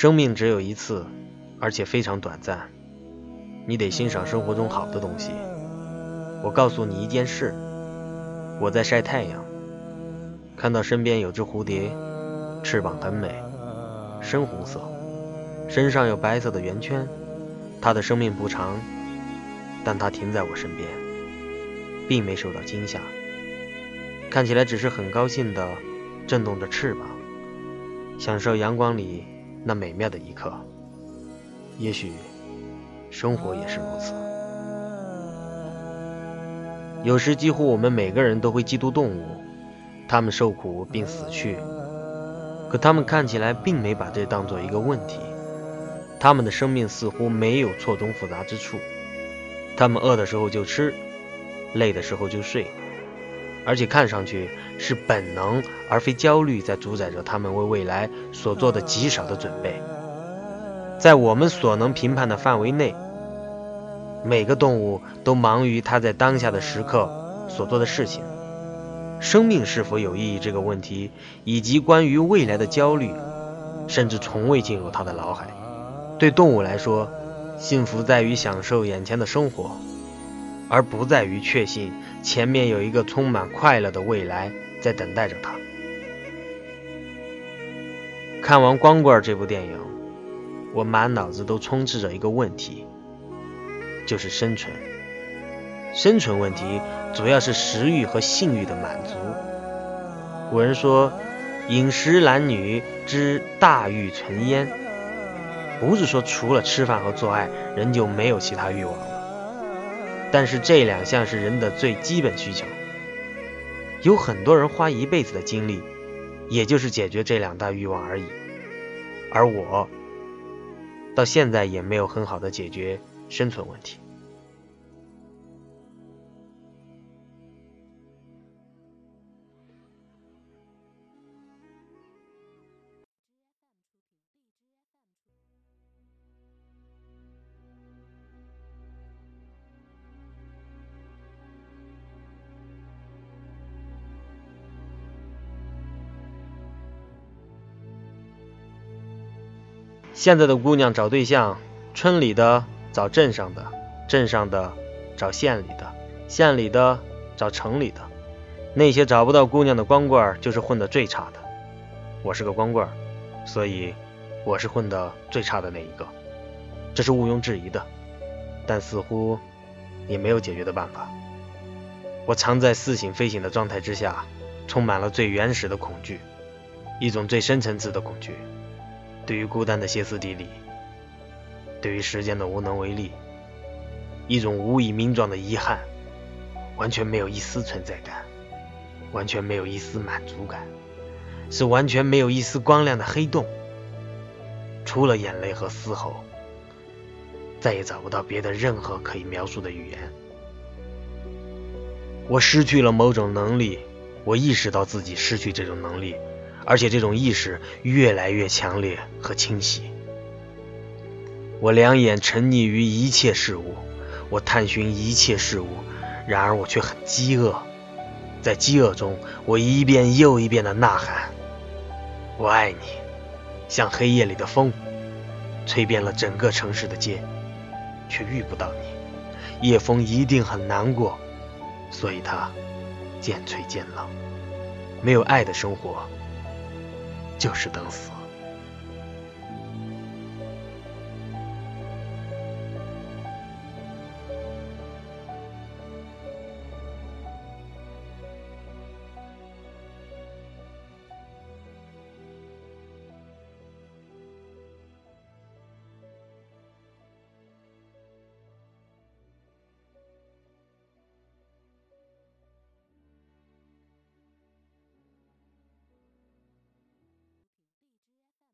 生命只有一次，而且非常短暂，你得欣赏生活中好的东西。我告诉你一件事，我在晒太阳，看到身边有只蝴蝶，翅膀很美，深红色，身上有白色的圆圈，它的生命不长，但它停在我身边，并没受到惊吓，看起来只是很高兴地震动着翅膀，享受阳光里那美妙的一刻。也许生活也是如此，有时几乎我们每个人都会嫉妒动物，他们受苦并死去，可他们看起来并没把这当作一个问题，他们的生命似乎没有错综复杂之处，他们饿的时候就吃，累的时候就睡，而且看上去是本能而非焦虑在主宰着他们为未来所做的极少的准备。在我们所能评判的范围内，每个动物都忙于它在当下的时刻所做的事情。生命是否有意义这个问题，以及关于未来的焦虑，甚至从未进入它的脑海。对动物来说，幸福在于享受眼前的生活，而不在于确信前面有一个充满快乐的未来在等待着它。看完《光棍》这部电影，我满脑子都充斥着一个问题，就是生存。生存问题主要是食欲和性欲的满足。古人说，饮食男女之大欲存焉，不是说除了吃饭和做爱，人就没有其他欲望了。但是这两项是人的最基本需求，有很多人花一辈子的精力，也就是解决这两大欲望而已。而我到现在也没有很好的解决生存问题。现在的姑娘找对象，村里的找镇上的，镇上的找县里的，县里的找城里的。那些找不到姑娘的光棍就是混得最差的。我是个光棍，所以我是混得最差的那一个，这是毋庸置疑的，但似乎也没有解决的办法。我常在似醒非醒的状态之下，充满了最原始的恐惧，一种最深层次的恐惧，对于孤单的歇斯底里，对于时间的无能为力，一种无以名状的遗憾，完全没有一丝存在感，完全没有一丝满足感，是完全没有一丝光亮的黑洞，除了眼泪和嘶吼，再也找不到别的任何可以描述的语言。我失去了某种能力，我意识到自己失去这种能力，而且这种意识越来越强烈和清晰。我两眼沉溺于一切事物，我探寻一切事物，然而我却很饥饿。在饥饿中，我一遍又一遍地呐喊，我爱你，像黑夜里的风，吹遍了整个城市的街，却遇不到你。夜风一定很难过，所以它渐吹渐冷。没有爱的生活就是等死。